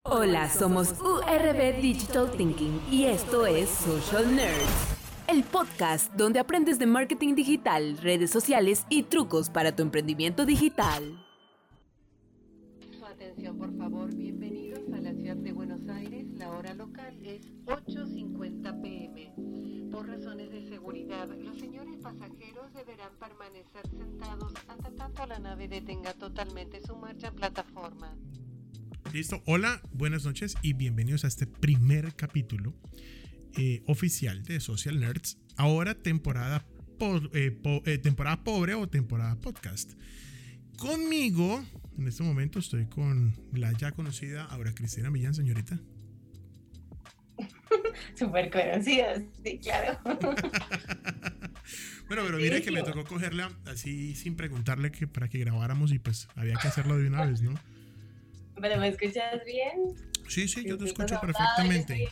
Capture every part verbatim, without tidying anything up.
Hola, somos U R B Digital Thinking y esto es Social Nerds, el podcast donde aprendes de marketing digital, redes sociales y trucos para tu emprendimiento digital. Su atención, por favor, bienvenidos a la ciudad de Buenos Aires. La hora local es ocho cincuenta pm. Por razones de seguridad, los señores pasajeros deberán permanecer sentados hasta tanto la nave detenga totalmente su marcha en plataforma. Listo, hola, buenas noches y bienvenidos a este primer capítulo eh, oficial de Social Nerds. Ahora temporada, po, eh, po, eh, temporada pobre o temporada podcast. Conmigo, en este momento estoy con la ya conocida Aura Cristina Millán, señorita. Súper conocida, sí, claro. Bueno, pero mire que me tocó cogerla así sin preguntarle que para que grabáramos y pues había que hacerlo de una vez, ¿no? ¿Pero me escuchas bien? Sí, sí, yo te escucho perfectamente.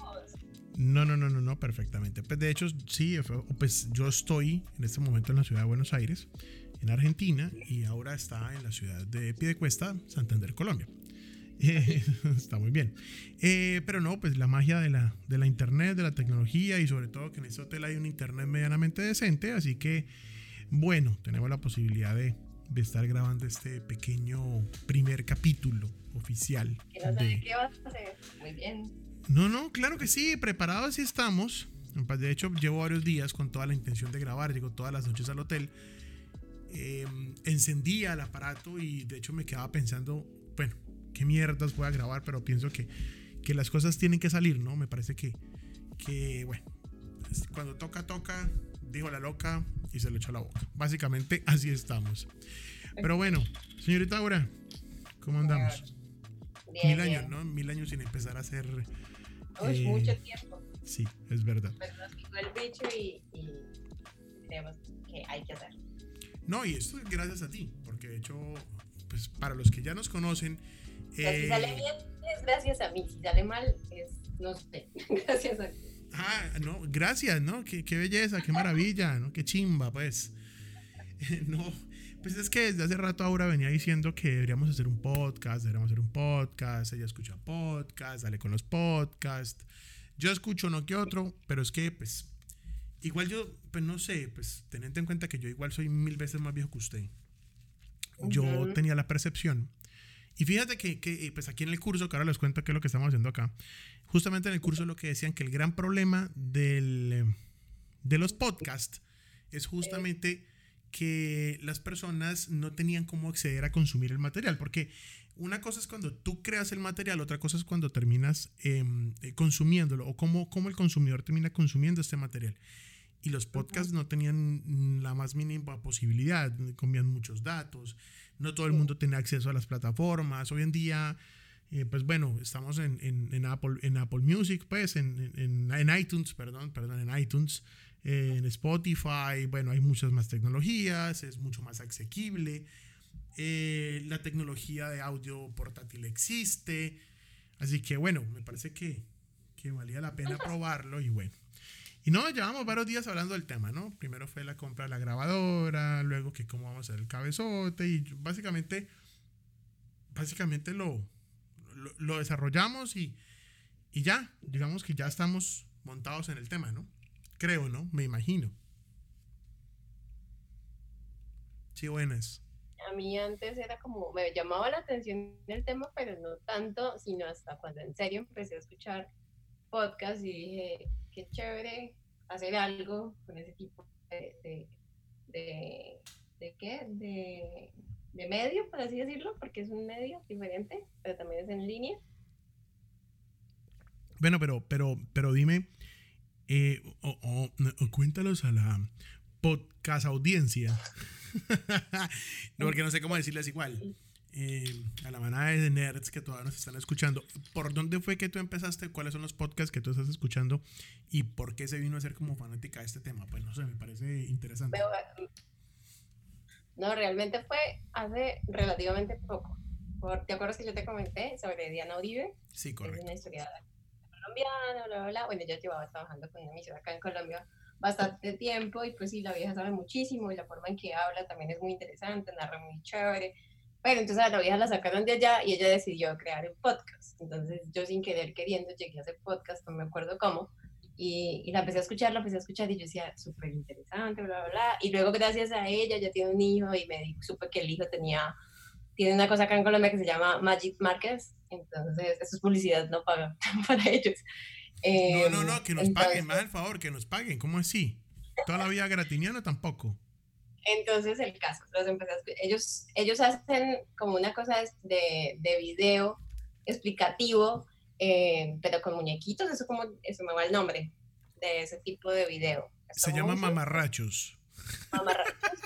No, no, no, no, no, perfectamente. Pues de hecho, sí, pues yo estoy en este momento en la ciudad de Buenos Aires, en Argentina, y ahora está en la ciudad de Piedecuesta, Santander, Colombia. Eh, está muy bien. Eh, pero no, pues la magia de la, de la internet, de la tecnología y sobre todo que en este hotel hay un internet medianamente decente, así que, bueno, tenemos la posibilidad de de estar grabando este pequeño primer capítulo oficial. Que no sé de... qué vas a hacer. Muy bien. No, no, claro que sí, preparados sí estamos. De hecho, llevo varios días con toda la intención de grabar. Llego todas las noches al hotel. Eh, encendía el aparato y de hecho me quedaba pensando, bueno, qué mierdas voy a grabar, pero pienso que, que las cosas tienen que salir, ¿no? Me parece que, que, bueno, cuando toca, toca, dijo la loca y se le echó la boca. Básicamente así estamos. Pero bueno, señorita Aura, ¿cómo andamos? Bien, Mil bien. años, ¿no? Mil años sin empezar a hacer... Uy, eh, mucho tiempo. Sí, es verdad. Pero nos picó el bicho y, y creemos que hay que hacer. No, y esto es gracias a ti, porque de hecho, pues para los que ya nos conocen... O sea, eh, si sale bien es gracias a mí, si sale mal es, no sé, gracias a ti. Ah, no, gracias, ¿no? Qué, qué belleza, qué maravilla, ¿no? Qué chimba, pues. No, pues es que desde hace rato Aura venía diciendo que deberíamos hacer un podcast, deberíamos hacer un podcast, ella escucha podcast, sale con los podcasts, yo escucho uno que otro, pero es que, pues, igual yo, pues no sé, pues teniendo en cuenta que yo igual soy mil veces más viejo que usted, yo Uh-huh. tenía la percepción. Y fíjate que, que pues aquí en el curso, que ahora les cuento qué es lo que estamos haciendo acá, justamente en el curso lo que decían que el gran problema del, de los podcasts es justamente que las personas no tenían cómo acceder a consumir el material, porque una cosa es cuando tú creas el material, otra cosa es cuando terminas eh, consumiéndolo, o cómo, cómo el consumidor termina consumiendo este material. Y los podcasts no tenían la más mínima posibilidad, comían muchos datos, no todo el mundo tenía acceso a las plataformas. Hoy en día, eh, pues bueno, estamos en, en, en, Apple, en Apple Music, pues en, en, en iTunes, perdón, perdón, en iTunes, eh, en Spotify, bueno, hay muchas más tecnologías, es mucho más asequible, eh, la tecnología de audio portátil existe, así que bueno, me parece que, que valía la pena probarlo y bueno. Y no, llevamos varios días hablando del tema, ¿no? Primero fue la compra de la grabadora, luego que cómo vamos a hacer el cabezote y básicamente, básicamente lo, lo, lo desarrollamos y, y ya, digamos que ya estamos montados en el tema, ¿no? Creo, ¿no? Me imagino. Sí, buenas. A mí antes era como, me llamaba la atención el tema, pero no tanto, sino hasta cuando en serio empecé a escuchar podcast y dije, qué chévere hacer algo con ese tipo de, de, de, de ¿qué? De, de medio, por así decirlo, porque es un medio diferente, pero también es en línea. Bueno, pero, pero, pero dime, eh, o, o, o cuéntalos a la podcast audiencia. No, porque no sé cómo decirles igual. Eh, a la manada de nerds que todavía nos están escuchando, ¿por dónde fue que tú empezaste? ¿Cuáles son los podcasts que tú estás escuchando? ¿Y por qué se vino a ser como fanática de este tema? Pues no sé, me parece interesante. Pero, no, realmente fue hace relativamente poco. Por, ¿te acuerdas que yo te comenté sobre Diana Uribe? Sí, Es correcto. una historiadora colombiana, bla, bla, bla. Bueno, yo llevaba trabajando con una emisora acá en Colombia bastante tiempo y pues sí, la vieja sabe muchísimo y la forma en que habla también es muy interesante, narra muy chévere. Pero entonces a la vieja la sacaron de allá y ella decidió crear un podcast. Entonces yo sin querer queriendo llegué a hacer podcast, no me acuerdo cómo, y, y la empecé a escuchar, la empecé a escuchar y yo decía, súper interesante, bla, bla, bla. Y luego gracias a ella ya tiene un hijo y me di, supe que el hijo tenía, tiene una cosa acá en Colombia que se llama Magic Markets. Entonces eso es publicidad, no pagan para ellos. No, no, no, Eh, que nos entonces, paguen, más al favor, que nos paguen. ¿Cómo así? Toda la vida gratiniana tampoco. Entonces el caso, los empecé a, ellos, ellos hacen como una cosa de, de video explicativo, eh, pero con muñequitos, eso como, eso me va el nombre de ese tipo de video. Se llama mamarrachos. Mamarrachos.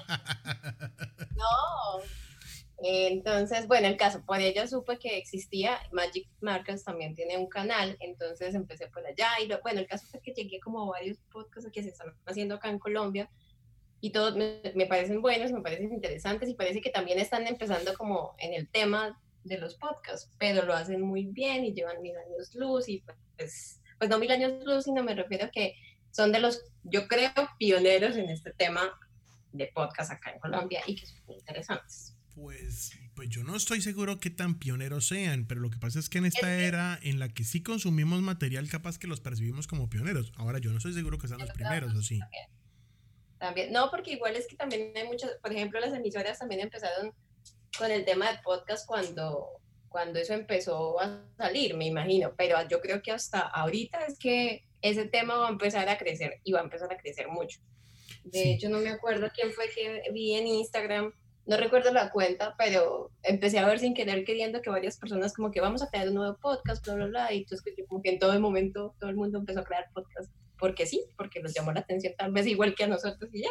No. Entonces, bueno, el caso, por ello supe que existía, Magic Markets también tiene un canal, entonces empecé por allá, y lo, bueno, el caso fue que llegué como a varios podcasts que se están haciendo acá en Colombia, y todos me, me parecen buenos, me parecen interesantes, y parece que también están empezando como en el tema de los podcasts, pero lo hacen muy bien, y llevan mil años luz, y pues, pues no mil años luz, sino me refiero a que son de los, yo creo, pioneros en este tema de podcast acá en Colombia, y que son muy interesantes. Pues, pues yo no estoy seguro qué tan pioneros sean, pero lo que pasa es que en esta era en la que sí consumimos material, capaz que los percibimos como pioneros. Ahora yo no estoy seguro que sean los primeros, ¿o sí? También, también. No, porque igual es que también hay muchas, por ejemplo, las emisoras también empezaron con el tema de podcast cuando, cuando eso empezó a salir, me imagino, pero yo creo que hasta ahorita es que ese tema va a empezar a crecer y va a empezar a crecer mucho. De Sí. hecho, no me acuerdo quién fue que vi en Instagram, no recuerdo la cuenta, pero empecé a ver sin querer queriendo que varias personas como que vamos a crear un nuevo podcast, bla, bla, bla, y entonces como que en todo el momento todo el mundo empezó a crear podcast, porque sí, porque nos llamó la atención tal vez igual que a nosotros y ya.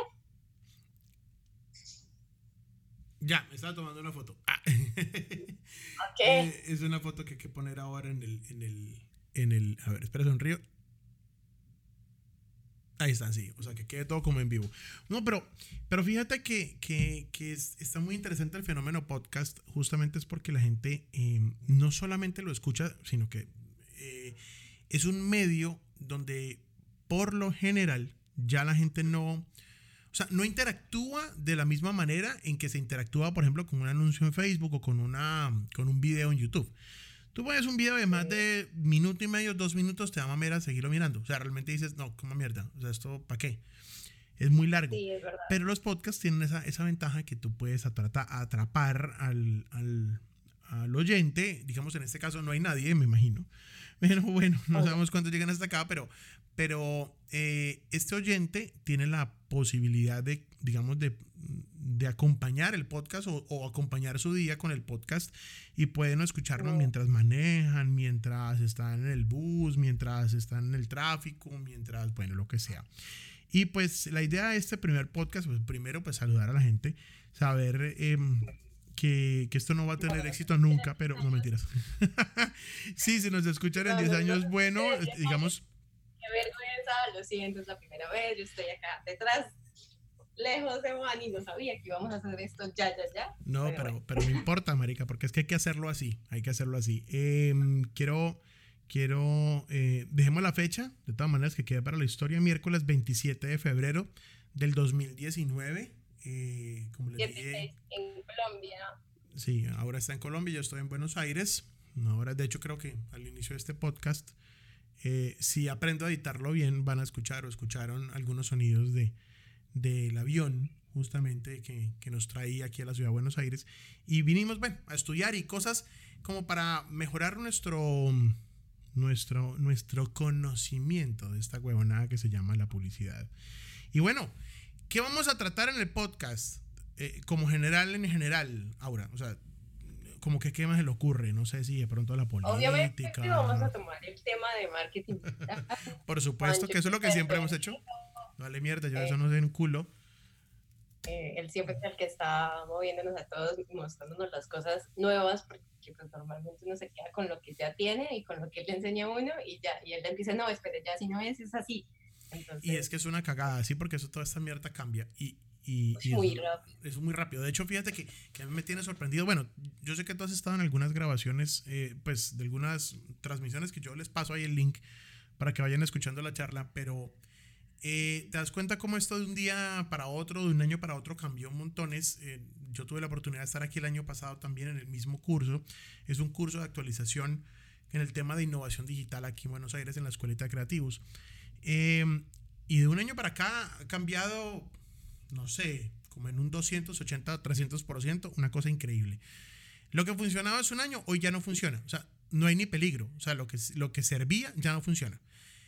Ya, me estaba tomando una foto. Ah. Ok. Eh, es una foto que hay que poner ahora en el, en el, en el, a ver, espera, sonrío. Ahí está, sí, o sea, que quede todo como en vivo. No, pero, pero fíjate que, que, que es, está muy interesante el fenómeno podcast, justamente es porque la gente eh, no solamente lo escucha, sino que eh, es un medio donde por lo general ya la gente no, o sea, no interactúa de la misma manera en que se interactúa, por ejemplo, con un anuncio en Facebook o con, una, con un video en YouTube. Tú pones un video de más de minuto y medio, dos minutos, te da mamera seguirlo mirando. O sea, realmente dices, no, como mierda. O sea, ¿esto para qué? Es muy largo. Sí, es verdad. Pero los podcasts tienen esa, esa ventaja que tú puedes atrata, atrapar al, al, al oyente. Digamos, en este caso no hay nadie, me imagino. Pero bueno, no sabemos cuántos llegan hasta acá, pero, pero eh, este oyente tiene la posibilidad de, digamos, de, de acompañar el podcast o, o acompañar su día con el podcast y pueden escucharlo mientras manejan, mientras están en el bus, mientras están en el tráfico, mientras, bueno, lo que sea. Y pues la idea de este primer podcast, pues primero pues saludar a la gente, saber eh, que, que esto no va a tener éxito nunca, pero no mentiras. Sí, si nos escuchan en diez años, bueno, digamos... Qué vergüenza, lo siento, es la primera vez, yo estoy acá detrás, lejos de Juan y no sabía que íbamos a hacer esto ya, ya, ya. No, pero, pero, bueno. pero no importa, marica, porque es que hay que hacerlo así, hay que hacerlo así. Eh, quiero... Quiero, eh, dejemos la fecha, de todas maneras que quede para la historia, miércoles veintisiete de febrero del dos mil diecinueve. Eh, como les dije, en Colombia. Sí, ahora está en Colombia, yo estoy en Buenos Aires. Ahora, de hecho, creo que al inicio de este podcast, eh, si aprendo a editarlo bien, van a escuchar o escucharon algunos sonidos de, del avión, justamente, que, que nos traía aquí a la ciudad de Buenos Aires. Y vinimos, bueno, a estudiar y cosas como para mejorar nuestro... Nuestro, nuestro conocimiento de esta huevonada que se llama la publicidad. Y bueno, ¿qué vamos a tratar en el podcast? Eh, como general, en general, Aura, o sea, como que qué más se le ocurre, no sé si de pronto la política. Obviamente que vamos a tomar el tema de marketing. Por supuesto, que eso es lo que siempre hemos hecho. Vale, mierda, yo eso no sé un culo. Eh, él siempre es el que está moviéndonos a todos, mostrándonos las cosas nuevas, porque pues normalmente uno se queda con lo que ya tiene y con lo que le enseña a uno y ya, y él empieza, no, espere, ya si no es, es así. Entonces, y es que es una cagada, sí, porque eso, toda esta mierda cambia y, y, es y muy es, rápido. Es muy rápido. De hecho, fíjate que, que a mí me tiene sorprendido. Bueno, yo sé que tú has estado en algunas grabaciones, eh, pues de algunas transmisiones que yo les paso ahí el link para que vayan escuchando la charla, pero eh, te das cuenta cómo esto de un día para otro, de un año para otro cambió montones. Eh, yo tuve la oportunidad de estar aquí el año pasado también en el mismo curso. Es un curso de actualización en el tema de innovación digital aquí en Buenos Aires en la Escuelita de Creativos. Eh, y de un año para acá ha cambiado, no sé, como en un doscientos ochenta, trescientos por ciento, una cosa increíble. Lo que funcionaba hace un año, hoy ya no funciona. O sea, no hay ni peligro. O sea, lo que, lo que servía ya no funciona.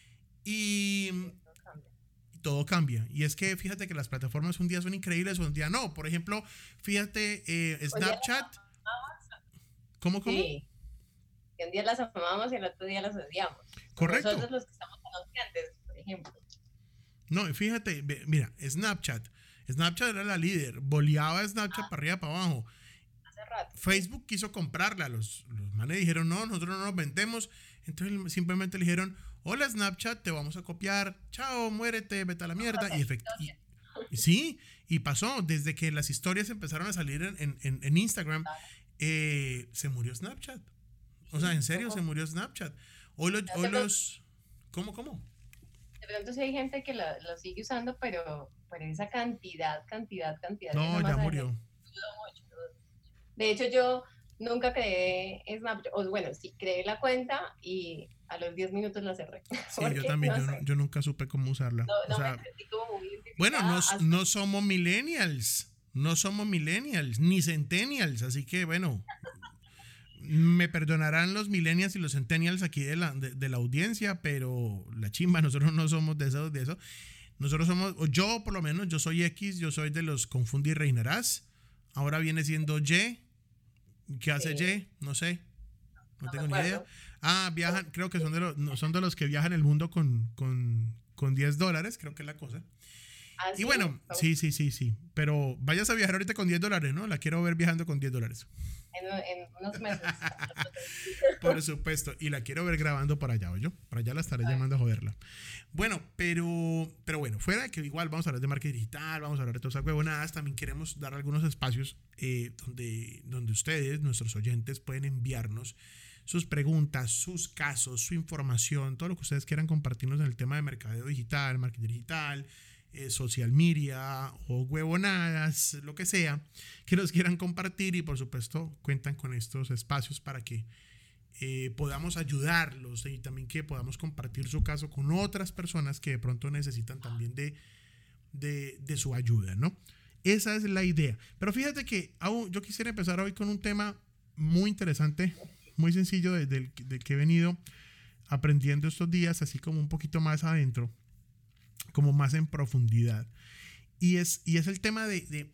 Y todo cambia. Y es que fíjate que las plataformas un día son increíbles, un día no. Por ejemplo, fíjate, eh, Snapchat. ¿Cómo, cómo? Sí. Que un día las amamos y el otro día las odiamos. Correcto. Nosotros los que estamos anunciantes, por ejemplo. No, fíjate, mira, Snapchat. Snapchat era la líder. Boleaba Snapchat ah. para arriba, para abajo. Hace rato. Facebook quiso comprarla. Los, los manes dijeron, no, nosotros no nos vendemos. Entonces simplemente le dijeron, hola Snapchat, te vamos a copiar. Chao, muérete, vete a la mierda. No, y, efect- y, y sí, y pasó. Desde que las historias empezaron a salir en, en, en Instagram, eh, se murió Snapchat. O sea, en serio, se murió Snapchat. Hoy los... Hoy los ¿Cómo, cómo? De pronto sí hay gente que lo, lo sigue usando, pero, pero esa cantidad, cantidad, cantidad. No, ya murió. De hecho, yo nunca creé Snapchat, o bueno, sí creé la cuenta y a los diez minutos la cerré. Sí, yo también, no yo, yo nunca supe cómo usarla. No, no o sea, me sentí como muy identificada. Bueno, no, hasta... no somos millennials, no somos millennials, ni centennials, así que bueno, me perdonarán los millennials y los centennials aquí de la, de, de la audiencia, pero la chimba, nosotros no somos de eso, de eso. Nosotros somos, yo por lo menos, yo soy X, yo soy de los confundí y reinarás. Ahora viene siendo Y. ¿Qué hace sí. Y? No sé. No, no tengo ni idea. Ah, viajan, creo que son de los, no, son de los que viajan el mundo con, con, con diez dólares, creo que es la cosa. ¿Ah, y sí? bueno, sí, sí, sí, sí. Pero vayas a viajar ahorita con diez dólares, ¿no? La quiero ver viajando con diez dólares. En, en unos meses. Por supuesto. Y la quiero ver grabando por allá, ¿oyó? Por allá la estaré Ay. llamando a joderla. Bueno, pero, pero bueno, fuera de que igual vamos a hablar de marketing digital, vamos a hablar de todas esas huevonadas, también queremos dar algunos espacios eh, donde, donde ustedes, nuestros oyentes, pueden enviarnos sus preguntas, sus casos, su información, todo lo que ustedes quieran compartirnos en el tema de mercadeo digital, marketing digital, eh, social media o huevonadas, lo que sea, que nos quieran compartir y por supuesto cuentan con estos espacios para que eh, podamos ayudarlos y también que podamos compartir su caso con otras personas que de pronto necesitan también de, de, de su ayuda, ¿no? Esa es la idea. Pero fíjate que aún, yo quisiera empezar hoy con un tema muy interesante, muy sencillo del de, de que he venido aprendiendo estos días, así como un poquito más adentro, como más en profundidad. Y es, y es el tema de, de...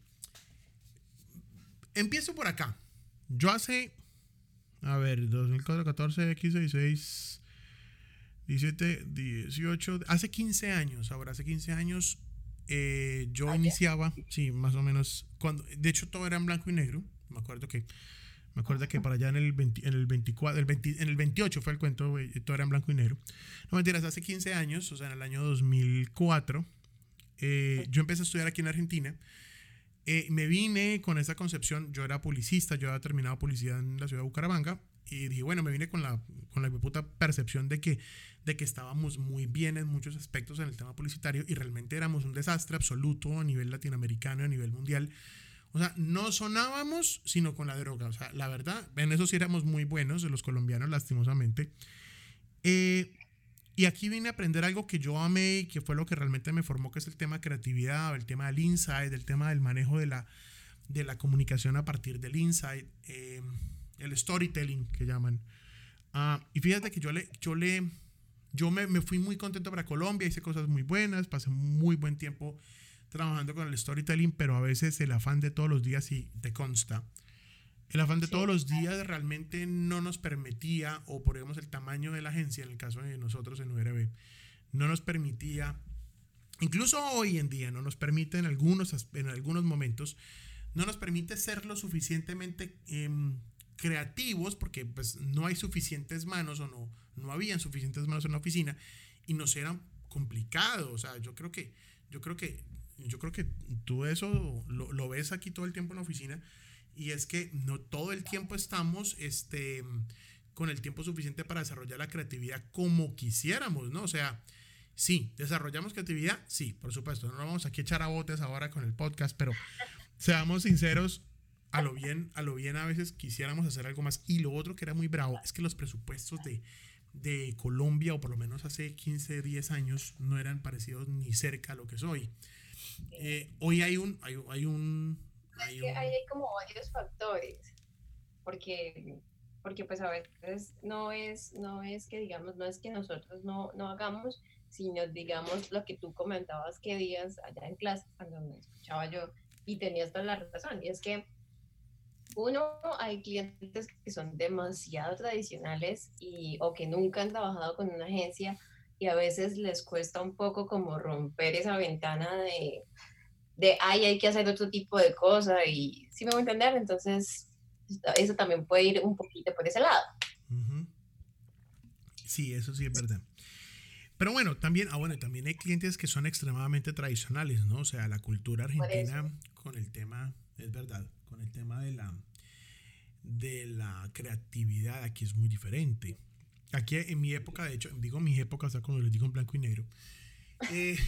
Empiezo por acá. Yo hace... A ver, dos mil catorce, quince, dieciséis, diecisiete, dieciocho... Hace quince años, ahora hace quince años, eh, yo ¿Ayer? iniciaba, sí, más o menos, cuando, de hecho todo era en blanco y negro. Me acuerdo que... Me acuerdo que para allá en el, veinte, en el veinticuatro, el veinte, en el veintiocho fue el cuento, todo era en blanco y negro. No mentiras, hace quince años, o sea, en el año dos mil cuatro, eh, yo empecé a estudiar aquí en Argentina. Eh, me vine con esa concepción, yo era publicista, yo había terminado publicidad en la ciudad de Bucaramanga, y dije, bueno, me vine con la, con la puta percepción de que, de que estábamos muy bien en muchos aspectos en el tema publicitario, y realmente éramos un desastre absoluto a nivel latinoamericano y a nivel mundial. O sea, no sonábamos, sino con la droga. O sea, la verdad, en eso sí éramos muy buenos, los colombianos, lastimosamente. Eh, y aquí vine a aprender algo que yo amé y que fue lo que realmente me formó, que es el tema de creatividad, el tema del insight, el tema del manejo de la, de la comunicación a partir del insight, eh, el storytelling que llaman. Uh, y fíjate que yo le... Yo le yo me, me fui muy contento para Colombia, hice cosas muy buenas, pasé muy buen tiempo trabajando con el storytelling, pero a veces el afán de todos los días, y te consta, el afán de sí. todos los días realmente no nos permitía, o por digamos el tamaño de la agencia, en el caso de nosotros en U R B, no nos permitía, incluso hoy en día no nos permite en algunos, en algunos momentos, no nos permite ser lo suficientemente eh, creativos, porque pues no hay suficientes manos, o no, no habían suficientes manos en la oficina, y nos era complicado. O sea, yo creo que, yo creo que Yo creo que tú eso lo, lo ves aquí todo el tiempo en la oficina, y es que no todo el tiempo estamos este, con el tiempo suficiente para desarrollar la creatividad como quisiéramos, ¿no? O sea, Sí, desarrollamos creatividad, sí, por supuesto. No nos vamos aquí a echar a botes ahora con el podcast, pero seamos sinceros, a lo bien, a lo bien a veces quisiéramos hacer algo más. Y lo otro que era muy bravo es que los presupuestos de, de Colombia, o por lo menos hace quince, diez años, no eran parecidos ni cerca a lo que es hoy. Eh, hoy hay un... Hay, hay un hay Es que un- ahí hay como varios factores, porque, porque pues a veces no es, no es que digamos, no es que nosotros no, no hagamos, sino digamos lo que tú comentabas que días allá en clase, cuando me escuchaba yo, y tenías toda la razón, y es que uno, hay clientes que son demasiado tradicionales y, o que nunca han trabajado con una agencia y a veces les cuesta un poco como romper esa ventana de, de ay, hay que hacer otro tipo de cosa y si me voy a entender, entonces eso también puede ir un poquito por ese lado. Ujú. Sí, eso sí es verdad. Pero bueno, también, ah, bueno, también hay clientes que son extremadamente tradicionales, ¿no? O sea, la cultura argentina con el tema, es verdad, con el tema de la, de la creatividad aquí es muy diferente. Aquí en mi época, de hecho, digo mi época, o sea, cuando les digo en blanco y negro, eh,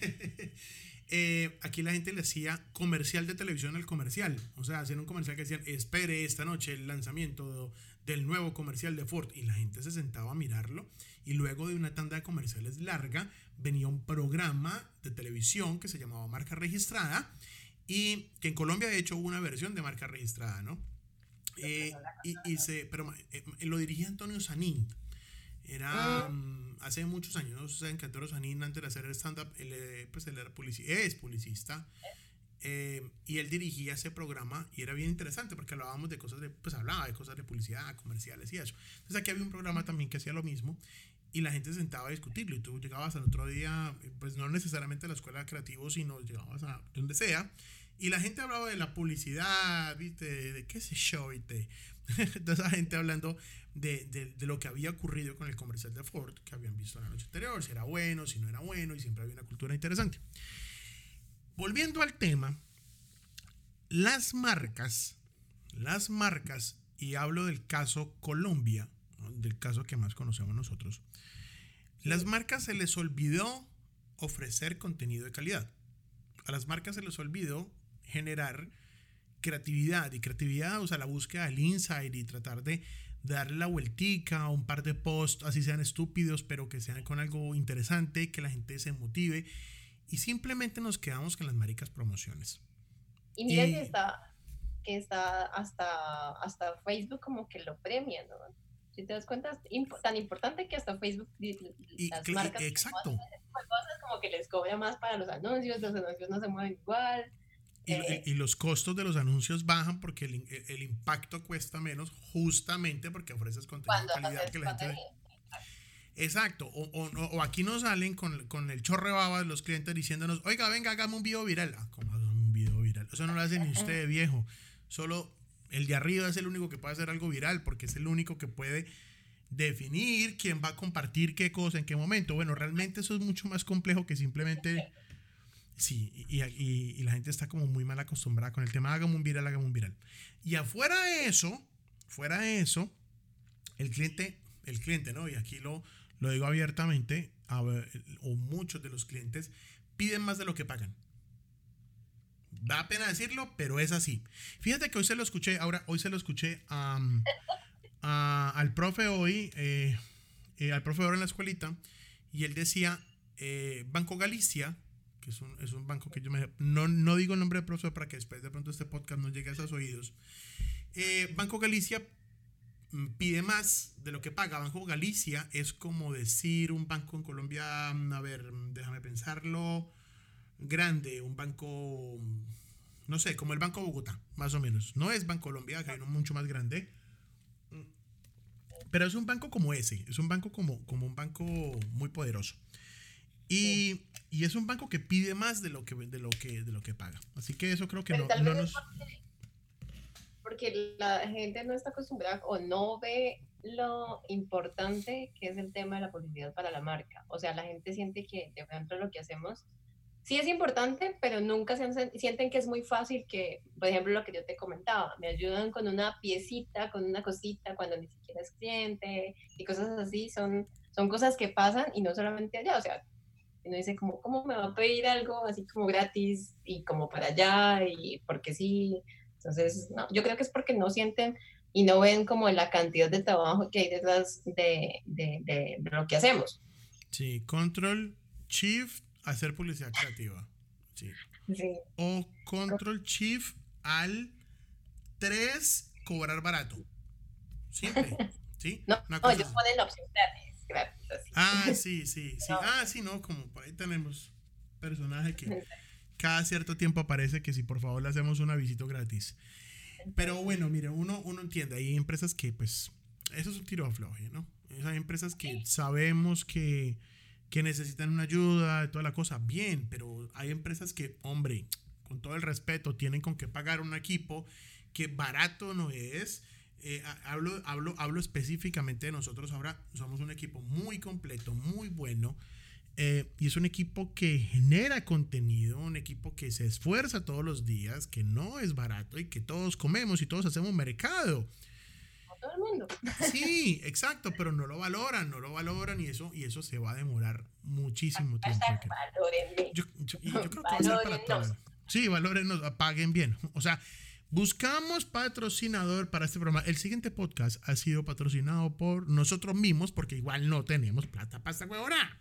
eh, aquí la gente le hacía comercial de televisión al comercial. O sea, hacían un comercial que decían, espere esta noche el lanzamiento del nuevo comercial de Ford. Y la gente se sentaba a mirarlo. Y luego de una tanda de comerciales larga, venía un programa de televisión que se llamaba Marca Registrada. Y que en Colombia, de hecho, hubo una versión de Marca Registrada, ¿no? Eh, y, y se, pero eh, lo dirigía Antonio Sanín. Era um, hace muchos años, ¿no? Saben que Antonio Sanín, antes de hacer el stand-up, él, eh, pues él era publici- es publicista. Eh, y él dirigía ese programa y era bien interesante porque hablábamos de cosas de, pues hablaba de cosas de publicidad, comerciales y eso. Entonces aquí había un programa también que hacía lo mismo y la gente se sentaba a discutirlo y tú llegabas al otro día, pues no necesariamente a la escuela de creativos, sino llegabas a donde sea y la gente hablaba de la publicidad, ¿viste? De, de qué sé yo, ¿viste? De esa gente hablando de, de, de lo que había ocurrido con el comercial de Ford que habían visto la noche anterior, si era bueno, si no era bueno y siempre había una cultura interesante. Volviendo al tema, las marcas, las marcas, y hablo del caso Colombia, ¿no? Del caso que más conocemos nosotros, las marcas se les olvidó ofrecer contenido de calidad. A las marcas se les olvidó generar creatividad, y creatividad, o sea, la búsqueda del insight y tratar de darle la vueltica a un par de posts, así sean estúpidos, pero que sean con algo interesante, que la gente se motive. Y simplemente nos quedamos con las maricas promociones. Y mira Y- que está, que está hasta, hasta Facebook como que lo premia, ¿no? Si te das cuenta, es imp- tan importante que hasta Facebook, di- Y, las cl- marcas exacto. cosas como que les cobra más para los anuncios, los anuncios no se mueven igual. Y, eh, y- y los costos de los anuncios bajan porque el, el- el impacto cuesta menos, justamente porque ofreces contenido de cuando calidad haces que la gente... contenido. Exacto, o, o, no- o aquí nos salen con, con el chorre babas los clientes diciéndonos, oiga, venga, hagamos un video viral. Ah, ¿cómo hagamos un video viral? Eso no lo hace ni usted, viejo. Solo el de arriba es el único que puede hacer algo viral porque es el único que puede definir quién va a compartir qué cosa en qué momento. Bueno, realmente eso es mucho más complejo que simplemente... Sí, y, y, y la gente está como muy mal acostumbrada con el tema, hagamos un viral, hagamos un viral. Y afuera de eso, fuera de eso, el cliente, el cliente, ¿no? Y aquí lo, lo digo abiertamente, a ver, o muchos de los clientes piden más de lo que pagan. Da pena decirlo, pero es así. Fíjate que hoy se lo escuché, ahora, hoy se lo escuché um, a, al profe hoy, eh, eh, al profe ahora en la escuelita, y él decía, eh, Banco Galicia, que es un, es un banco que yo me... No, no digo el nombre del profesor para que después de pronto este podcast no llegue a esos oídos. Eh, Banco Galicia pide más de lo que paga. Banco Galicia es como decir un banco en Colombia, a ver, déjame pensarlo, grande, un banco, no sé, como el Banco Bogotá, más o menos. No es Banco Colombia, que hay uno mucho más grande, pero es un banco como ese, es un banco como, como un banco muy poderoso. Y, y es un banco que pide más de lo que, de lo que, de lo que paga. Así que eso creo que Pero no, tal no vez nos... porque, porque la gente no está acostumbrada o no ve lo importante que es el tema de la publicidad para la marca. O sea, la gente siente que de pronto lo que hacemos sí es importante, pero nunca se han- sienten que es muy fácil que, por ejemplo, lo que yo te comentaba, me ayudan con una piecita, con una cosita cuando ni siquiera es cliente y cosas así, son, son cosas que pasan y no solamente allá, o sea, uno dice como, ¿cómo me va a pedir algo así como gratis y como para allá y porque sí? Entonces, no, yo creo que es porque no sienten y no ven como la cantidad de trabajo que hay detrás de, de, de, de lo que hacemos. Sí, Control Shift, hacer publicidad creativa. Sí. Sí. O Control Shift al tres, cobrar barato. Simple. ¿Sí? No, Una no cosa ellos así. ponen la opción gratis, gratis, así. Ah, sí, sí, sí. No. Ah, sí, no, como por ahí tenemos personaje que cada cierto tiempo aparece que si por favor le hacemos una visita gratis. Pero bueno, mire, uno, uno entiende, hay empresas que pues, eso es un tiro de afloje, ¿no? Hay empresas que sabemos que, que necesitan una ayuda, toda la cosa, bien, pero hay empresas que, hombre, con todo el respeto, tienen con qué pagar un equipo que barato no es. Eh, hablo, hablo, hablo específicamente de nosotros. Ahora somos un equipo muy completo, muy bueno, eh, y es un equipo que genera contenido, un equipo que se esfuerza todos los días, que no es barato y que todos comemos y todos hacemos mercado. Todo el mundo. Sí, exacto, pero no lo valoran, no lo valoran y eso, y eso se va a demorar muchísimo tiempo. Valórenme. Yo, yo, y yo creo que va a ser para todos. Sí, valórennos, paguen bien. O sea, buscamos patrocinador para este programa. El siguiente podcast ha sido patrocinado por nosotros mismos porque igual no tenemos plata para esta huevona.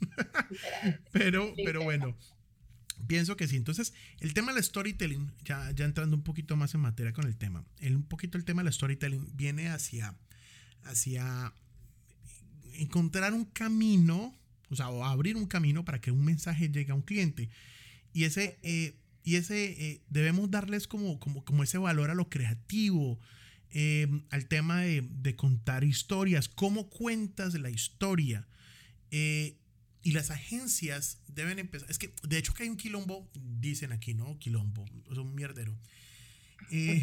pero, pero bueno, pienso que sí. Entonces, el tema del storytelling, ya, ya entrando un poquito más en materia con el tema, el, un poquito el tema del storytelling viene hacia, hacia encontrar un camino, o sea, o abrir un camino para que un mensaje llegue a un cliente. Y ese... Eh, Y ese eh, debemos darles como, como, como ese valor a lo creativo, eh, al tema de, de contar historias, cómo cuentas la historia. Eh, y las agencias deben empezar. Es que de hecho que hay un quilombo, dicen aquí, ¿no? Quilombo, es un mierdero. Eh,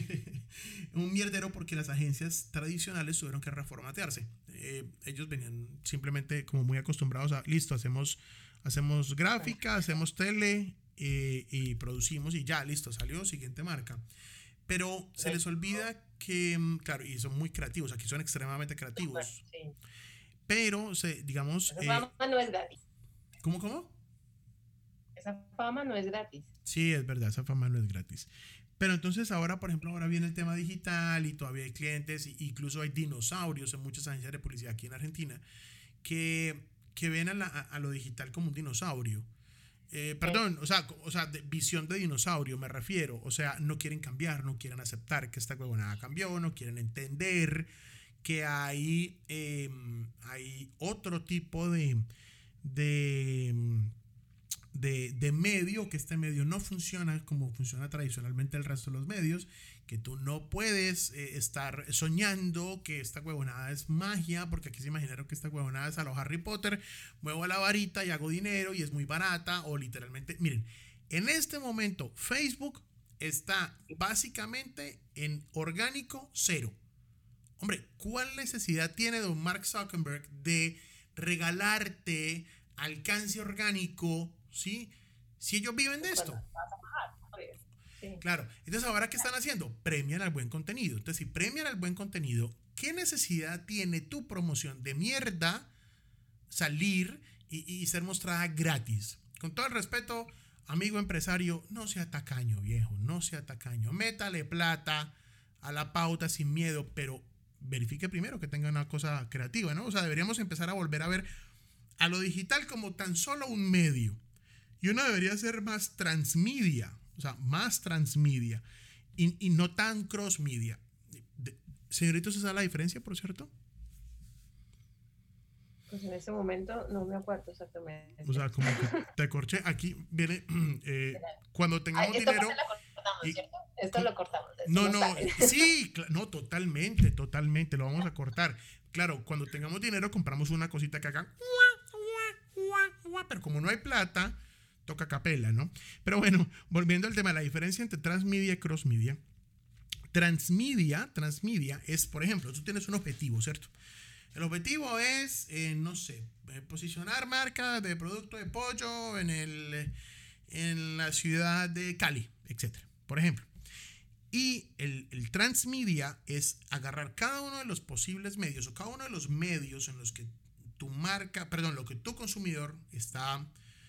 un mierdero porque las agencias tradicionales tuvieron que reformatearse. Eh, ellos venían simplemente como muy acostumbrados a, listo, hacemos, hacemos gráfica, hacemos tele. Eh, y producimos y ya, listo, salió, siguiente marca. Pero se les olvida que, claro, y son muy creativos, aquí son extremadamente creativos. Sí. Pero, se, digamos... Esa fama eh, no es gratis. ¿Cómo, cómo? Esa fama no es gratis. Sí, es verdad, esa fama no es gratis. Pero entonces ahora, por ejemplo, ahora viene el tema digital y todavía hay clientes, e incluso hay dinosaurios en muchas agencias de publicidad aquí en Argentina, que, que ven a, la, a lo digital como un dinosaurio. Eh, perdón, o sea, o sea de visión de dinosaurio me refiero, o sea, no quieren cambiar, no quieren aceptar que esta huevonada cambió, no quieren entender que hay, eh, hay otro tipo de, de, de, de medio, que este medio no funciona como funciona tradicionalmente el resto de los medios, que tú no puedes eh, estar soñando que esta huevonada es magia, porque aquí se imaginaron que esta huevonada es a los Harry Potter, muevo la varita y hago dinero y es muy barata, o literalmente, miren, en este momento Facebook está básicamente en orgánico cero. Hombre, ¿cuál necesidad tiene don Mark Zuckerberg de regalarte alcance orgánico, ¿sí? Si ellos viven de esto. Sí. Claro, entonces ahora ¿qué están haciendo? Premian al buen contenido. Entonces, si premian al buen contenido, ¿qué necesidad tiene tu promoción de mierda salir y, y ser mostrada gratis? Con todo el respeto, amigo empresario, no sea tacaño, viejo, no sea tacaño. Métale plata a la pauta sin miedo, pero verifique primero que tenga una cosa creativa, ¿no? O sea, deberíamos empezar a volver a ver a lo digital como tan solo un medio. Y uno debería ser más transmedia. O sea, más transmedia y, y no tan crossmedia. Señoritos, ¿esa es la diferencia, por cierto? Pues en ese momento no me acuerdo exactamente. O sea, como que te corché. Aquí viene, eh, cuando tengamos Ay, esto dinero... Lo cortamos, y, ¿cierto? Esto lo cortamos. Esto no, no, no, sí, no, totalmente, totalmente, lo vamos a cortar. Claro, cuando tengamos dinero compramos una cosita que haga... Pero como no hay plata... toca capela, ¿no? Pero bueno, volviendo al tema, la diferencia entre transmedia y crossmedia. Transmedia, transmedia es, por ejemplo, tú tienes un objetivo, ¿cierto? El objetivo es, eh, no sé, eh, posicionar marca de producto de pollo en, el, en la ciudad de Cali, etcétera, por ejemplo. Y el, el transmedia es agarrar cada uno de los posibles medios o cada uno de los medios en los que tu marca, perdón, lo que tu consumidor está,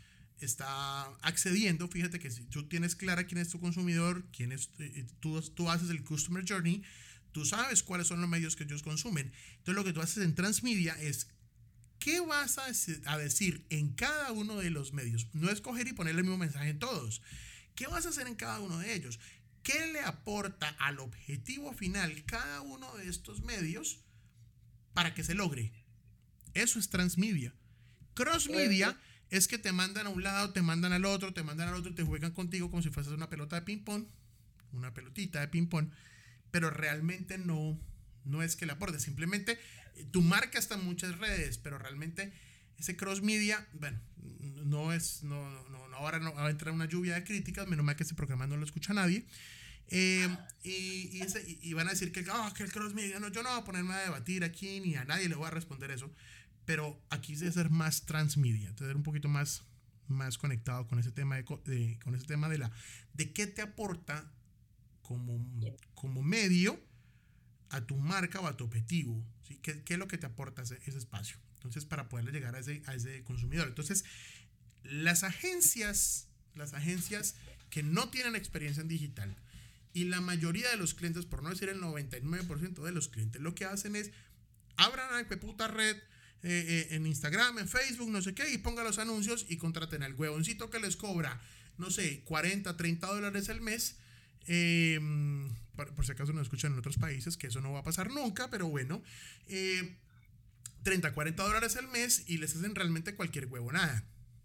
está accediendo. Fíjate que si tú tienes clara quién es tu consumidor, quién es, eh, tú, tú haces el Customer Journey, tú sabes cuáles son los medios que ellos consumen. Entonces lo que tú haces en Transmedia es, ¿qué vas a, a decir en cada uno de los medios? No es coger y poner el mismo mensaje en todos. ¿Qué vas a hacer en cada uno de ellos? ¿Qué le aporta al objetivo final cada uno de estos medios para que se logre? Eso es Transmedia. Crossmedia es que te mandan a un lado, te mandan al otro, te mandan al otro, te juegan contigo como si fueras una pelota de ping-pong, una pelotita de ping-pong, pero realmente no, no es que le aporte. Simplemente tu marca está en muchas redes, pero realmente ese cross-media, bueno, no es, no, no, no, ahora no va a entrar una lluvia de críticas, menos mal que este programa no lo escucha nadie. Eh, y, y, ese, y van a decir que, oh, que el cross-media, no, yo no voy a ponerme a debatir aquí, ni a nadie le voy a responder eso. Pero aquí debe ser más transmedia, ser un poquito más, más conectado con ese tema de, de con ese tema de la de qué te aporta como, como medio a tu marca o a tu objetivo, ¿sí? ¿Qué, qué es lo que te aporta ese, ese espacio? Entonces, para poder llegar a ese, a ese consumidor. Entonces, las agencias, las agencias que no tienen experiencia en digital y la mayoría de los clientes, por no decir el noventa y nueve por ciento de los clientes, lo que hacen es abran la puta red eh, eh, en Instagram, en Facebook, no sé qué, y pongan los anuncios y contraten al huevoncito que les cobra, no sé, cuarenta, treinta dólares al mes. Eh, por, por si acaso no escuchan en otros países, que eso no va a pasar nunca, pero bueno, eh, treinta, cuarenta dólares al mes y les hacen realmente cualquier huevonada,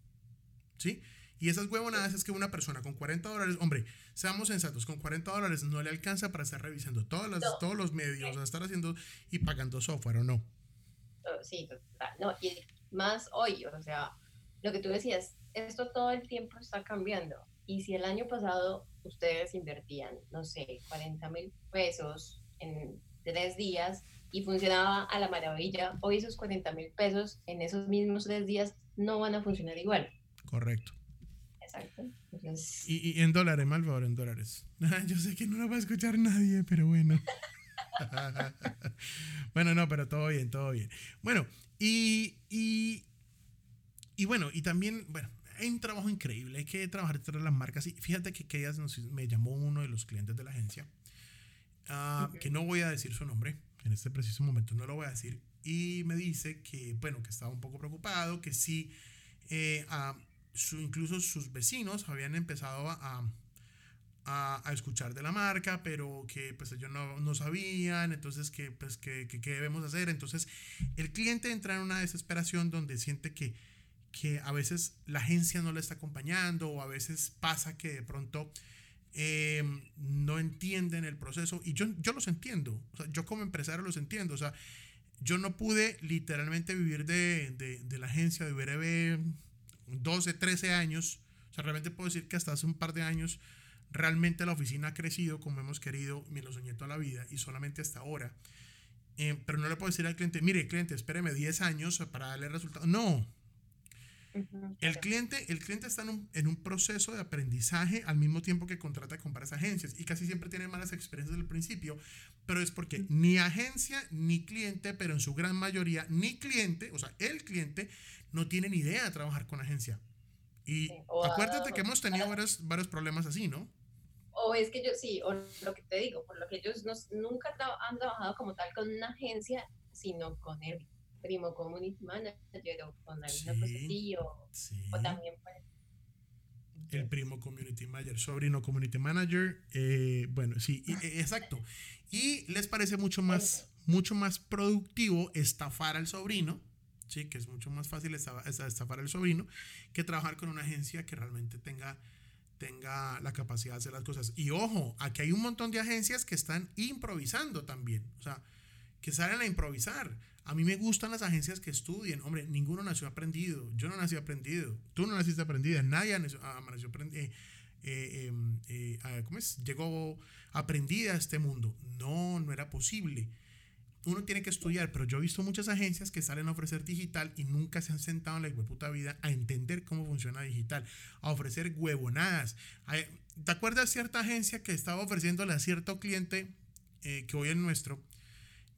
¿sí? Y esas huevonadas es que una persona con cuarenta dólares, hombre, seamos sensatos, con cuarenta dólares no le alcanza para estar revisando todas las, no. todos los medios, a estar haciendo y pagando software, ¿o no? Sí, total. No, y más hoy, o sea, lo que tú decías, esto todo el tiempo está cambiando. Y si el año pasado ustedes invertían, no sé, cuarenta mil pesos en tres días y funcionaba a la maravilla, hoy esos cuarenta mil pesos en esos mismos tres días no van a funcionar igual. Correcto. Exacto. Entonces... Y, y en dólares, mal favor, en dólares. Yo sé que no lo va a escuchar nadie, pero bueno. Bueno, no, pero todo bien, todo bien. Bueno, y, y, y bueno, y también, bueno, hay un trabajo increíble, hay que trabajar detrás de las marcas. Y fíjate que, que ellas nos, me llamó uno de los clientes de la agencia, uh, okay. que no voy a decir su nombre, en este preciso momento no lo voy a decir, y me dice que, bueno, que estaba un poco preocupado, que sí, eh, uh, su, incluso sus vecinos habían empezado a... a A, a escuchar de la marca, pero que pues ellos no, no sabían, entonces que pues que, que, que debemos hacer. Entonces el cliente entra en una desesperación donde siente que, que a veces la agencia no le está acompañando, o a veces pasa que de pronto eh, no entienden el proceso, y yo, yo los entiendo, o sea, yo como empresario los entiendo, o sea, yo no pude literalmente vivir de, de, de la agencia de B R B doce, trece años, o sea, realmente puedo decir que hasta hace un par de años realmente la oficina ha crecido como hemos querido, me lo soñé toda la vida y solamente hasta ahora. Eh, pero no le puedo decir al cliente, mire, cliente, espéreme diez años para darle resultados. No. Uh-huh. El cliente, el cliente está en un, en un proceso de aprendizaje al mismo tiempo que contrata con varias agencias, y casi siempre tiene malas experiencias desde el principio, pero es porque uh-huh. ni agencia ni cliente, pero en su gran mayoría ni cliente, o sea, el cliente no tiene ni idea de trabajar con agencia. Y sí, acuérdate que hemos tenido varios, varios problemas así, ¿no? O es que yo, sí, o lo que te digo, por lo que ellos no, nunca tra- han trabajado como tal con una agencia, sino con el primo community manager o con alguna sí, cosa así, o, sí. o también pues, el primo community manager, sobrino community manager, eh, bueno, sí, y, eh, exacto. Y les parece mucho más, mucho más productivo estafar al sobrino, sí, que es mucho más fácil estafar al sobrino que trabajar con una agencia que realmente tenga tenga la capacidad de hacer las cosas. Y ojo, aquí hay un montón de agencias que están improvisando también, o sea, que salen a improvisar. A mí me gustan las agencias que estudien. Hombre, ninguno nació aprendido. Yo no nací aprendido. Tú no naciste aprendida. Nadie nació, ah, nació aprendido. Eh, eh, eh, eh, ¿cómo es? Llegó aprendida a este mundo. No, no era posible. Uno tiene que estudiar, pero yo he visto muchas agencias que salen a ofrecer digital y nunca se han sentado en la hueputa vida a entender cómo funciona digital, a ofrecer huevonadas. ¿Te acuerdas cierta agencia que estaba ofreciéndole a cierto cliente, eh, que hoy es nuestro,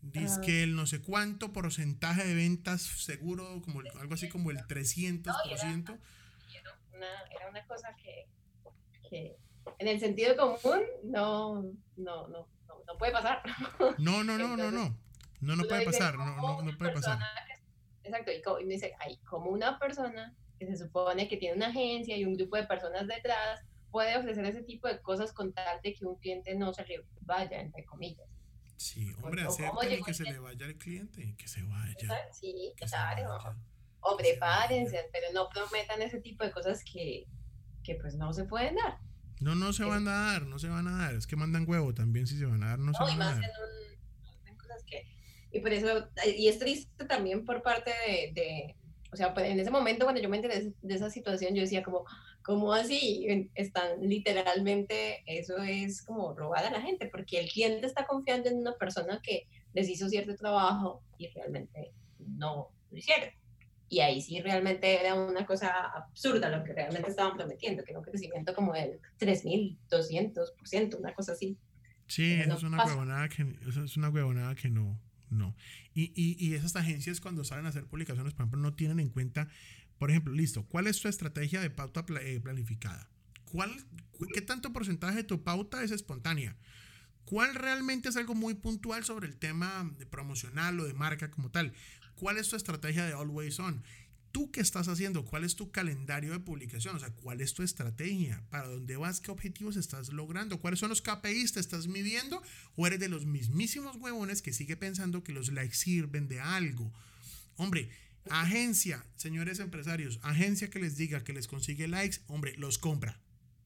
dice que el no sé cuánto porcentaje de ventas seguro, como el- algo así como el trescientos por ciento. No, y era, era, una, era una cosa que, que en el sentido común no, no, no, no, no puede pasar. No, no, no, no, Entonces, no. No, no uno puede dice, pasar, no, ¿cómo no, no una puede pasar. persona que- exacto, y, co- y me dice, ay, como una persona que se supone que tiene una agencia y un grupo de personas detrás puede ofrecer ese tipo de cosas con tal de que un cliente no se le vaya, entre comillas. Sí, O, hombre, o cómo acepten y llegó que el se le cliente, vaya el cliente, que se vaya, sí, que se claro, vaya, o que se prepárense, vaya. pero no prometan ese tipo de cosas que, que pues no se pueden dar. No, no se Es- van a dar, no se van a dar. Es que mandan huevo también, si se van a dar, no se no, y van a más dar. en, un, en cosas que, y por eso, y es triste también por parte de, de o sea, pues en ese momento cuando yo me enteré de, de esa situación, yo decía como, ¿cómo así? Están literalmente, eso es como robar a la gente, porque el cliente está confiando en una persona que les hizo cierto trabajo y realmente no lo hicieron. Y ahí sí realmente era una cosa absurda lo que realmente estaban prometiendo, que era un crecimiento como del tres mil doscientos por ciento, una cosa así. Sí, Eso eso es no una pasa. huevonada que, eso es una huevonada que no, no. Y, y, y esas agencias cuando salen a hacer publicaciones, por ejemplo, no tienen en cuenta, por ejemplo, listo, ¿cuál es tu estrategia de pauta pla- eh, planificada? ¿Cuál, cu- ¿Qué tanto porcentaje de tu pauta es espontánea? ¿Cuál realmente es algo muy puntual sobre el tema de promocional o de marca como tal? ¿Cuál es tu estrategia de Always On? ¿Tú qué estás haciendo? ¿Cuál es tu calendario de publicación? O sea, ¿cuál es tu estrategia? ¿Para dónde vas? ¿Qué objetivos estás logrando? ¿Cuáles son los K P Is? ¿Te estás midiendo? ¿O eres de los mismísimos huevones que sigue pensando que los likes sirven de algo? Hombre, agencia, señores empresarios, agencia que les diga que les consigue likes, hombre, los compra.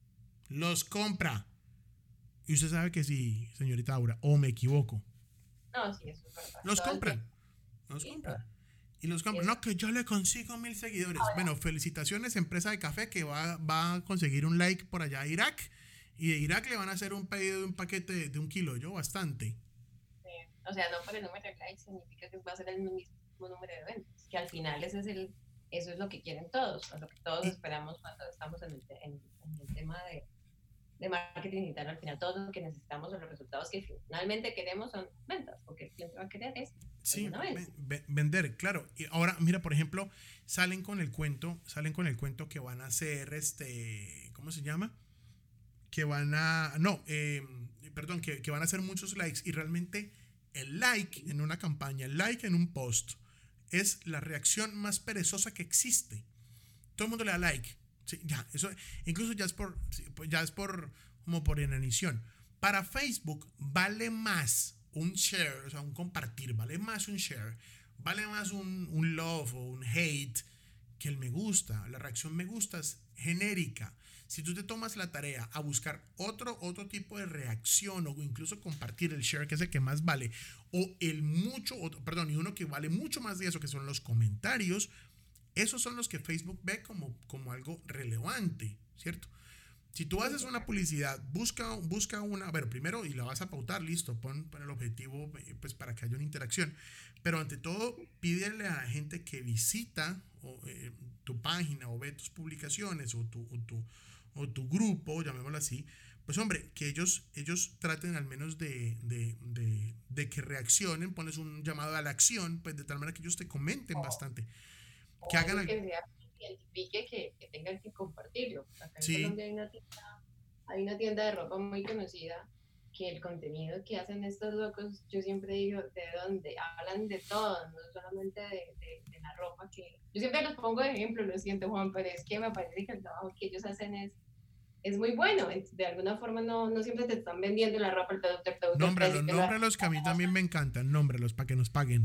Los compra. Y usted sabe que sí, señorita Aura, o me equivoco. No, sí, eso es verdad. Los Todo el tiempo. compran. Los Sí, todo. compran. Y los compran. Eso. No, que yo le consigo mil seguidores. Bueno, felicitaciones, empresa de café que va, va a conseguir un like por allá a Irak. Y de Irak le van a hacer un pedido de un paquete de, de un kilo. Yo bastante. Sí. O sea, no por el número de likes significa que va a ser el mismo número de ventas. Que al final ese es el, eso es lo que quieren todos, o lo que todos Y, esperamos cuando estamos en el, te- en, en el tema de, de marketing digital. Al final, todo lo que necesitamos o los resultados que finalmente queremos son ventas, porque el cliente va a querer es sí, una venta. ve- ve- vender, claro. Y ahora, mira, por ejemplo, salen con el cuento, salen con el cuento que van a hacer este, ¿cómo se llama? Que van a, no, eh, perdón, que, que van a hacer muchos likes y realmente el like en una campaña, el like en un post es la reacción más perezosa que existe. Todo el mundo le da like. Sí, ya, eso, incluso ya es por, sí, pues ya es por, como por inanición. Para Facebook vale más un share, o sea, un compartir, vale más un share, vale más un, un love o un hate que el me gusta. La reacción me gusta es genérica. Si tú te tomas la tarea a buscar otro, otro tipo de reacción o incluso compartir el share, que es el que más vale, o el mucho, o, perdón, y uno que vale mucho más de eso, que son los comentarios, esos son los que Facebook ve como, como algo relevante, ¿cierto? Si tú haces una publicidad, busca, busca una, a ver, primero, y la vas a pautar, listo, pon, pon el objetivo, pues para que haya una interacción, pero ante todo, pídele a la gente que visita o, eh, tu página o ve tus publicaciones o tu, o tu, o tu grupo, llamémoslo así, pues hombre, que ellos, ellos traten al menos de, de, de, de que reaccionen, pones un llamado a la acción, pues de tal manera que ellos te comenten bastante, que O hagan algo algo. que sea, identifique que, que tengan que compartirlo. Acá en Sí, Colombia hay una tienda, hay una tienda de ropa muy conocida que el contenido que hacen estos locos, yo siempre digo, ¿de dónde? Hablan de todo, no solamente de, de, de la ropa que... Yo siempre los pongo de ejemplo, lo siento Juan, pero es que me parece que el trabajo que ellos hacen es, es muy bueno. De alguna forma no, no siempre te están vendiendo la ropa, el producto, el producto, el nómbralos, precio, te lo nómbralos que a mí también me encantan, nómbralos para que nos paguen.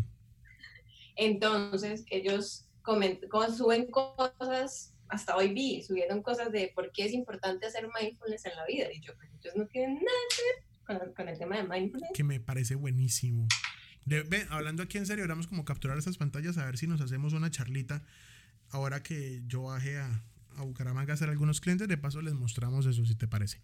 Entonces, ellos coment suben cosas, hasta hoy vi, subieron cosas de por qué es importante hacer mindfulness en la vida. Y yo, pues ellos no tienen nada que ver con, con el tema de mindfulness. Que me parece buenísimo. De, ve, hablando aquí en serio, vamos como capturar esas pantallas a ver si nos hacemos una charlita. Ahora que yo bajé a, a Bucaramanga a hacer algunos clientes, de paso les mostramos eso, si te parece.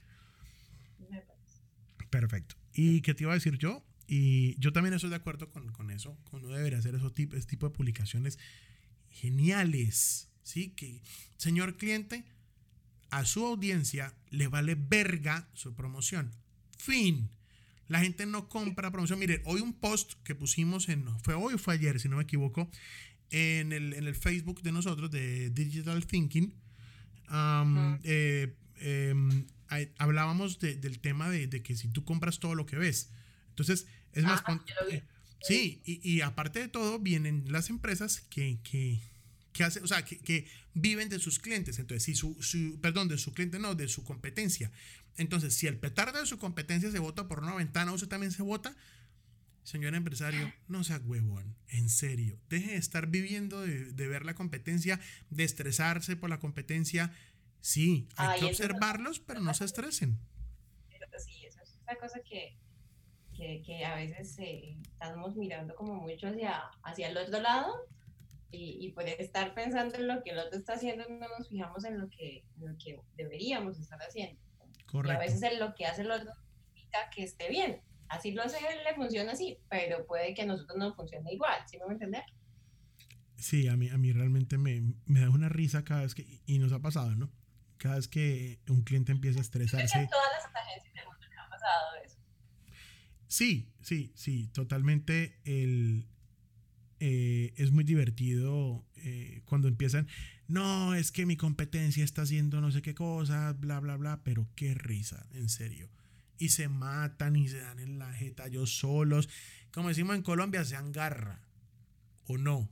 Perfecto. ¿Y qué te iba a decir yo? Y yo también estoy de acuerdo con, con eso, con uno debería hacer esos tipo, ese tipo de publicaciones geniales, ¿sí? Que, señor cliente, a su audiencia le vale verga su promoción. Fin. La gente no compra promoción. Mire, hoy un post que pusimos en, fue hoy o fue ayer, si no me equivoco, en el, en el Facebook de nosotros, de Digital Thinking, um, eh, eh, hablábamos de, del tema de, de que si tú compras todo lo que ves. Entonces, es más... Ah, yo lo vi. Eh, sí, y, y aparte de todo, vienen las empresas que... que que hace, o sea, que, que viven de sus clientes. Entonces, si su, su, perdón, de su cliente no, de su competencia. Entonces, si el petardo de su competencia se bota por una ventana, usted también se bota. Señor empresario, no sea huevón, en serio. Deje de estar viviendo de, de ver la competencia, de estresarse por la competencia. Sí, hay Ay, que eso observarlos, no- pero no se estresen. Sí, eso es una cosa que, que, que a veces eh, estamos mirando como mucho hacia, hacia el otro lado y, y por estar pensando en lo que el otro está haciendo no nos fijamos en lo que, en lo que deberíamos estar haciendo. Y a Correcto. veces en lo que hace el otro significa que esté bien. Así lo hace él, le funciona así, pero puede que a nosotros no funcione igual, ¿sí me voy a entender? Sí, a mí, a mí realmente me, me da una risa cada vez que, y nos ha pasado, ¿no? Cada vez que un cliente empieza a Creo que estresarse. a todas las agencias del mundo les ha pasado eso. Sí, sí, sí, totalmente. El, eh, es muy divertido eh, cuando empiezan, no, es que mi competencia está haciendo no sé qué cosa, bla, bla, bla, pero qué risa, en serio. Y se matan y se dan en la jeta ellos solos. Como decimos en Colombia, se angarra. ¿O no?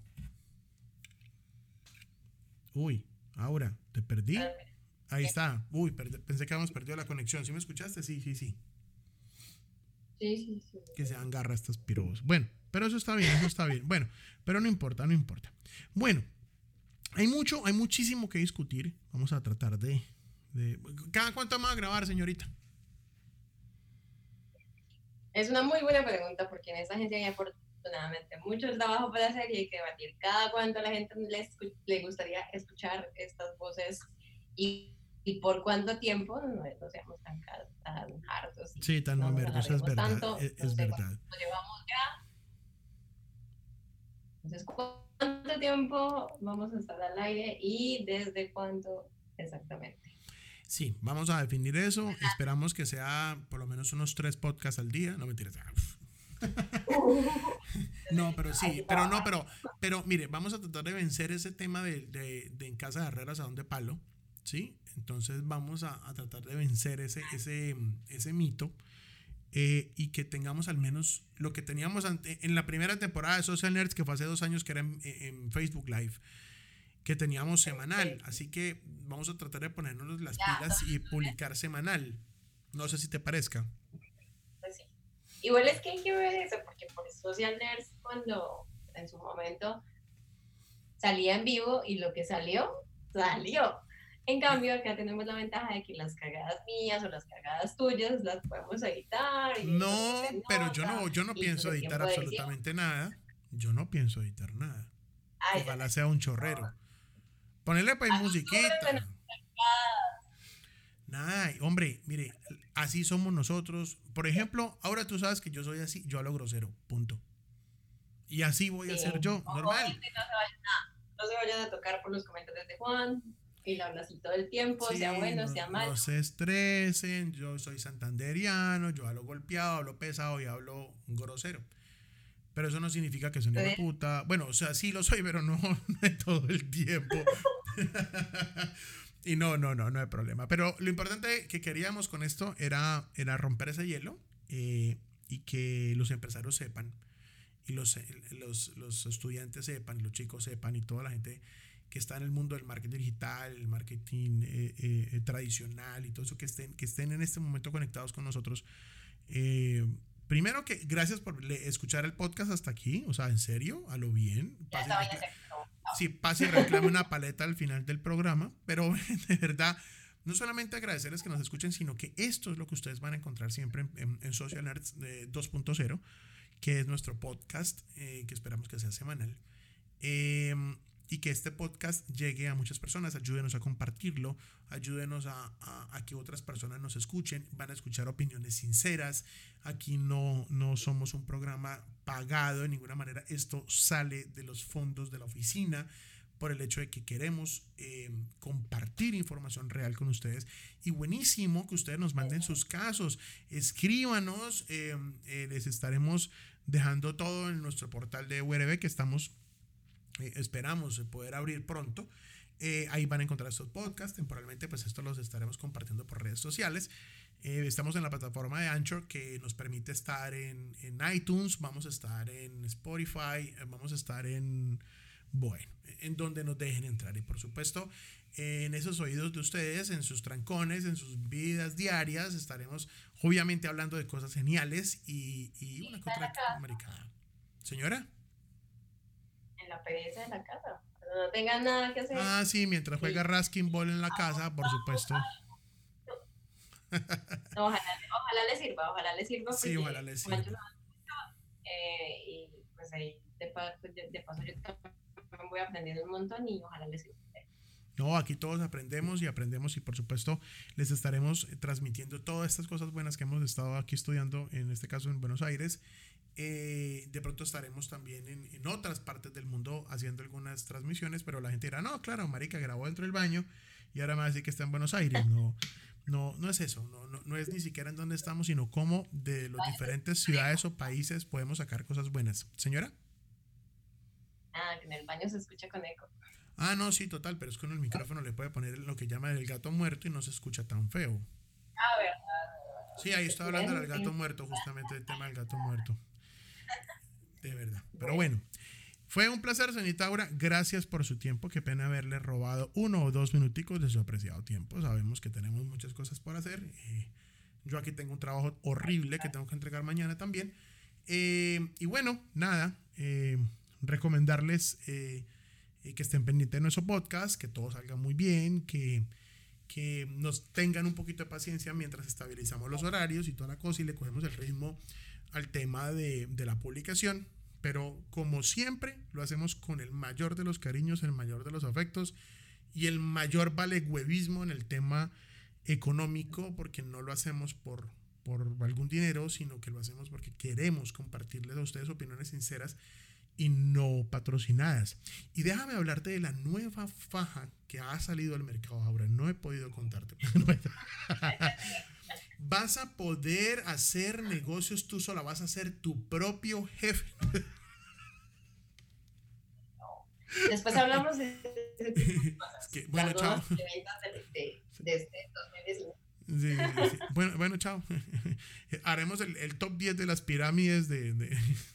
Uy, ahora, ¿te perdí? Ahí está. Uy, perde- pensé que habíamos perdido la conexión. ¿Sí me escuchaste? Sí, sí, sí. Sí, sí, sí. Que se agarra estos pirobos. Bueno, pero eso está bien, eso está bien. Bueno, pero no importa, no importa. Bueno, hay mucho, hay muchísimo que discutir. Vamos a tratar de... de ¿Cada cuánto vamos a grabar, señorita? Es una muy buena pregunta porque en esta agencia hay afortunadamente mucho trabajo para hacer y hay que debatir cada cuánto a la gente le, escu- le gustaría escuchar estas voces y, y por cuánto tiempo no, no seamos tan, ca- tan hartos. Y Sí, tan no nos mamertos, es alarguemos verdad, tanto, es, no es sé verdad. cuánto llevamos ya. Entonces, ¿cuánto tiempo vamos a estar al aire y desde cuánto exactamente? Sí, vamos a definir eso. Esperamos que sea por lo menos unos tres podcasts al día. No mentiras. No, pero sí, pero no, pero, pero mire, vamos a tratar de vencer ese tema de, de, de en casa de Herreras a donde palo, ¿sí? Entonces vamos a, a tratar de vencer ese, ese, ese mito eh, y que tengamos al menos lo que teníamos ante, en la primera temporada de Social Nerds, que fue hace dos años, que era en, en Facebook Live, que teníamos semanal. Así que vamos a tratar de ponernos las pilas y publicar semanal. No sé si te parezca. Pues sí. Igual es que hay que ver eso, porque por Social Nerds, cuando en su momento salía en vivo y lo que salió, salió. En cambio, acá tenemos la ventaja de que las cagadas mías o las cagadas tuyas las podemos editar. Y No, se pero yo nota, no, yo no y pienso con el editar tiempo de edición, absolutamente nada. Yo no pienso editar nada. ay, Ojalá ya- sea un chorrero. Ponerle pues A nosotros se musiquita. nos- Nada, hombre, mire, así somos nosotros. Por ejemplo, ahora tú sabes que yo soy así, yo hablo grosero, punto. Y así voy a Sí. ser yo, Ojo, normal. gente, no se vayan a, no se vayan a tocar por los comentarios de Juan. Y le habla así todo el tiempo, Sí, sea bueno, no, sea malo. no se estresen, yo soy santanderiano, yo hablo golpeado, hablo pesado y hablo grosero. Pero eso no significa que soy una Entonces- puta. Bueno, o sea, sí lo soy, pero no de todo el tiempo. Y no, no, no, no hay problema. Pero lo importante que queríamos con esto era, era romper ese hielo eh, y que los empresarios sepan y los, los, los estudiantes sepan y los chicos sepan y toda la gente que está en el mundo del marketing digital, el marketing eh, eh, tradicional y todo eso, que estén, que estén en este momento conectados con nosotros. Eh, primero que gracias por le, escuchar el podcast hasta aquí, o sea, en serio, a lo bien. Ya Pase, esta vaina recla- se acabó. sí, pase y reclame una paleta al final del programa, pero de verdad, no solamente agradecerles que nos escuchen, sino que esto es lo que ustedes van a encontrar siempre en, en, en Social Nerds eh, dos punto cero, que es nuestro podcast, eh, que esperamos que sea semanal. Eh, y que este podcast llegue a muchas personas. Ayúdenos a compartirlo, ayúdenos a, a, a que otras personas nos escuchen, van a escuchar opiniones sinceras. Aquí no, no somos un programa pagado de ninguna manera, esto sale de los fondos de la oficina por el hecho de que queremos eh, compartir información real con ustedes. Y buenísimo que ustedes nos manden sus casos, escríbanos, eh, eh, les estaremos dejando todo en nuestro portal de U R B que estamos, eh, esperamos poder abrir pronto. Eh, ahí van a encontrar estos podcasts. Temporalmente, pues esto los estaremos compartiendo por redes sociales. Eh, estamos en la plataforma de Anchor que nos permite estar en, en iTunes, vamos a estar en Spotify, eh, vamos a estar en, bueno, en donde nos dejen entrar. Y por supuesto, eh, en esos oídos de ustedes, en sus trancones, en sus vidas diarias, estaremos obviamente hablando de cosas geniales y, y una que otra americana. Señora. En la pereza de la casa. No tengan nada que hacer. Ah, sí, mientras juega Raskin Ball en la casa, por supuesto. No, ojalá, ojalá le sirva, ojalá le sirva. Sí, ojalá le sirva. Eh, y pues ahí de, de, de paso yo también voy aprendiendo un montón y ojalá le sirva. No, aquí todos aprendemos y aprendemos y por supuesto les estaremos transmitiendo todas estas cosas buenas que hemos estado aquí estudiando, en este caso en Buenos Aires. Eh, de pronto estaremos también en, en otras partes del mundo haciendo algunas transmisiones, pero la gente dirá, no, claro, marica grabó dentro del baño y ahora me va a decir que está en Buenos Aires. No, no, no es eso, no, no, no es ni siquiera en dónde estamos, sino cómo de las diferentes ciudades o países podemos sacar cosas buenas. ¿Señora? Ah, que en el baño se escucha con eco. Ah, no, sí, total, pero es que con el micrófono le puede poner lo que llaman el gato muerto y no se escucha tan feo. Ah, verdad. Sí, ahí está hablando del gato muerto, justamente el tema del gato muerto. De verdad. Pero bueno, fue un placer, señorita Aura. Gracias por su tiempo. Qué pena haberle robado uno o dos minuticos de su apreciado tiempo. Sabemos que tenemos muchas cosas por hacer. Eh, yo aquí tengo un trabajo horrible que tengo que entregar mañana también. Eh, y bueno, nada, eh, recomendarles eh, que estén pendientes de nuestro podcast, que todo salga muy bien, que, que nos tengan un poquito de paciencia mientras estabilizamos los horarios y toda la cosa y le cogemos el ritmo al tema de, de la publicación, pero como siempre lo hacemos con el mayor de los cariños, el mayor de los afectos y el mayor valegüevismo en el tema económico, porque no lo hacemos por, por algún dinero, sino que lo hacemos porque queremos compartirles a ustedes opiniones sinceras y no patrocinadas. Y déjame hablarte de la nueva faja que ha salido al mercado ahora. No he podido contarte. Vas a poder hacer negocios tú sola, vas a ser tu propio jefe. Después hablamos de ese tipo de cosas. Es que, bueno, chao. De, de, de este dos mil diecinueve. Sí, sí. Bueno, bueno, chao. Haremos el, el top diez de las pirámides de... de...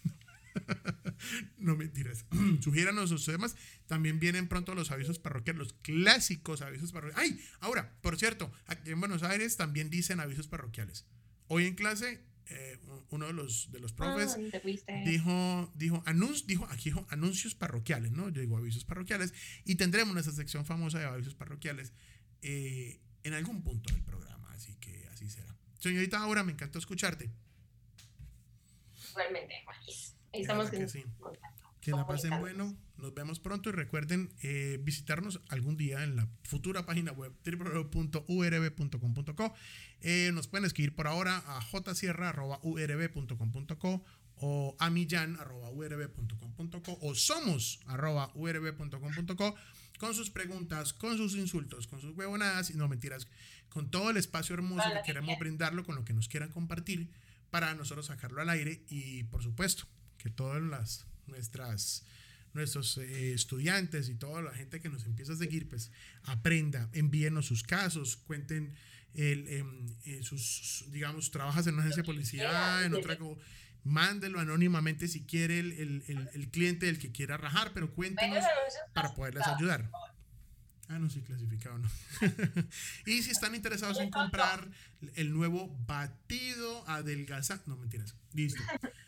No mentiras. Sugiéranos sus temas. También vienen pronto los avisos parroquiales, los clásicos avisos parroquiales. ¡Ay! Ahora, por cierto, aquí en Buenos Aires también dicen avisos parroquiales. Hoy en clase, eh, uno de los, de los profes Ah, dijo, dijo, anun- dijo, aquí dijo anuncios parroquiales, ¿no? Yo digo avisos parroquiales. Y tendremos esa sección famosa de avisos parroquiales eh, en algún punto del programa. Así que así será. Señorita Aura, me encantó escucharte. Igualmente, Juanis. Ahí estamos Que en sí. contacto. Que la pasen Comunicándonos. bueno, nos vemos pronto y recuerden eh, visitarnos algún día en la futura página web doble u doble u doble u punto u r b punto com punto co. Eh, nos pueden escribir por ahora a jsierra arroba u r b punto com punto co o a millan arroba u r b punto com punto co o somos arroba u r b punto com punto co con sus preguntas, con sus insultos, con sus huevonadas, y no mentiras, con todo el espacio hermoso Vale, que queremos bien. brindarlo, con lo que nos quieran compartir para nosotros sacarlo al aire y por supuesto que todas las nuestras nuestros eh, estudiantes y toda la gente que nos empieza a seguir pues aprenda, envíenos sus casos, cuenten el, eh, eh, sus, digamos, trabajas en una agencia de publicidad, en otra co- mándelo anónimamente si quiere el, el, el, el cliente, el que quiera rajar, pero cuéntenos para poderles ayudar. Ah, no, sí, clasificado, no. Y si están interesados en comprar el nuevo batido adelgazante, no, mentiras, listo.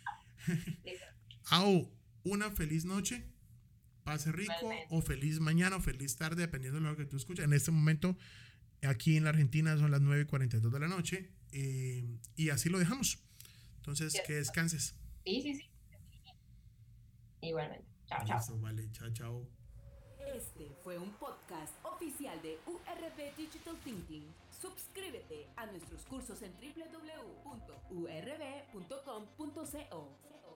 Au, una feliz noche, pase rico, Igualmente. o feliz mañana o feliz tarde, dependiendo de lo que tú escuches. En este momento, aquí en la Argentina son las nueve y cuarenta y dos de la noche, eh, y así lo dejamos. Entonces, Yes. que descanses. Sí, sí, sí. Igualmente. Chao, chao. Listo, vale, chao, chao. Este fue un podcast oficial de U R B Digital Thinking. Suscríbete a nuestros cursos en doble u doble u doble u punto u r b punto com punto co.